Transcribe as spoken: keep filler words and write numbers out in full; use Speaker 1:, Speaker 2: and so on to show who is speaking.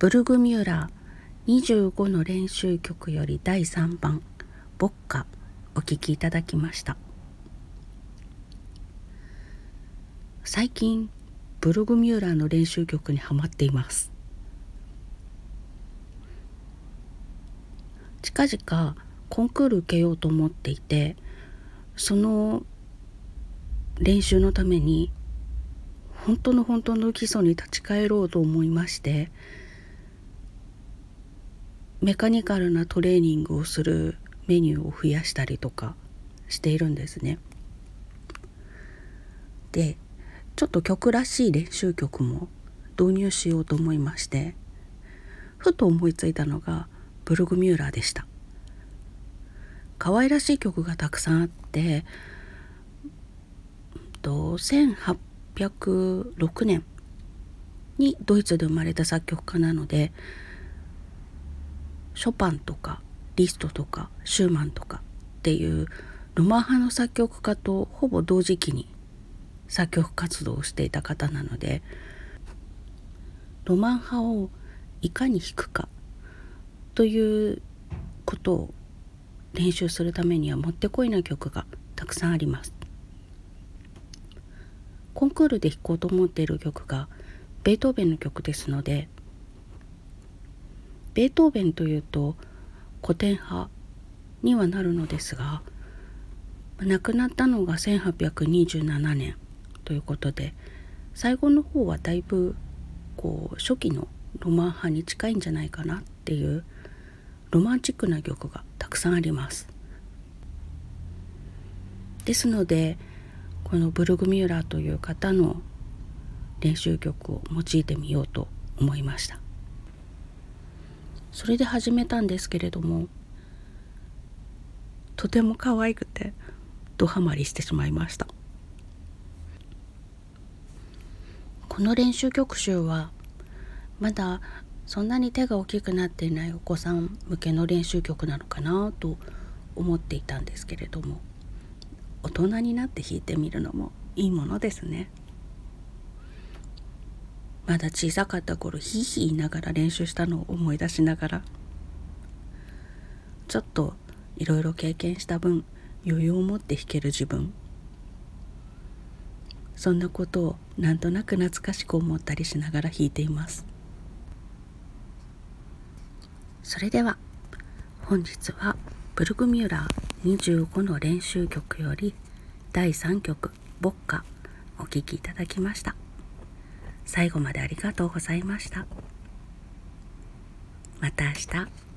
Speaker 1: ブルグミューラーにじゅうごの練習曲よりだいさんばんボッカお聴きいただきました。最近ブルグミューラーの練習曲にハマっています。近々コンクール受けようと思っていて、その練習のために本当の本当の基礎に立ち返ろうと思いまして、メカニカルなトレーニングをするメニューを増やしたりとかしているんですね。で、ちょっと曲らしい練習曲も導入しようと思いまして、ふと思いついたのがブルグミューラーでした。可愛らしい曲がたくさんあって、とせんはっぴゃくろくねんにドイツで生まれた作曲家なので、ショパンとかリストとかシューマンとかっていうロマン派の作曲家とほぼ同時期に作曲活動をしていた方なので、ロマン派をいかに弾くかということを練習するためにはもってこいな曲がたくさんあります。コンクールで弾こうと思っている曲がベートーベンの曲ですので、ベートーベンというと古典派にはなるのですが、亡くなったのがせんはっぴゃくにじゅうななねんということで、最後の方はだいぶこう初期のロマン派に近いんじゃないかなっていうロマンチックな曲がたくさんあります。ですので、このブルグミューラーという方の練習曲を用いてみようと思いました。それで始めたんですけれども、とても可愛くてドハマりしてしまいました。この練習曲集はまだそんなに手が大きくなっていないお子さん向けの練習曲なのかなと思っていたんですけれども、大人になって弾いてみるのもいいものですね。まだ小さかった頃ヒーヒー言いながら練習したのを思い出しながら、ちょっといろいろ経験した分余裕を持って弾ける自分、そんなことをなんとなく懐かしく思ったりしながら弾いています。それでは本日はブルグミューラーにじゅうごの練習曲よりだいさんきょくボッカお聴きいただきました。最後までありがとうございました。また明日。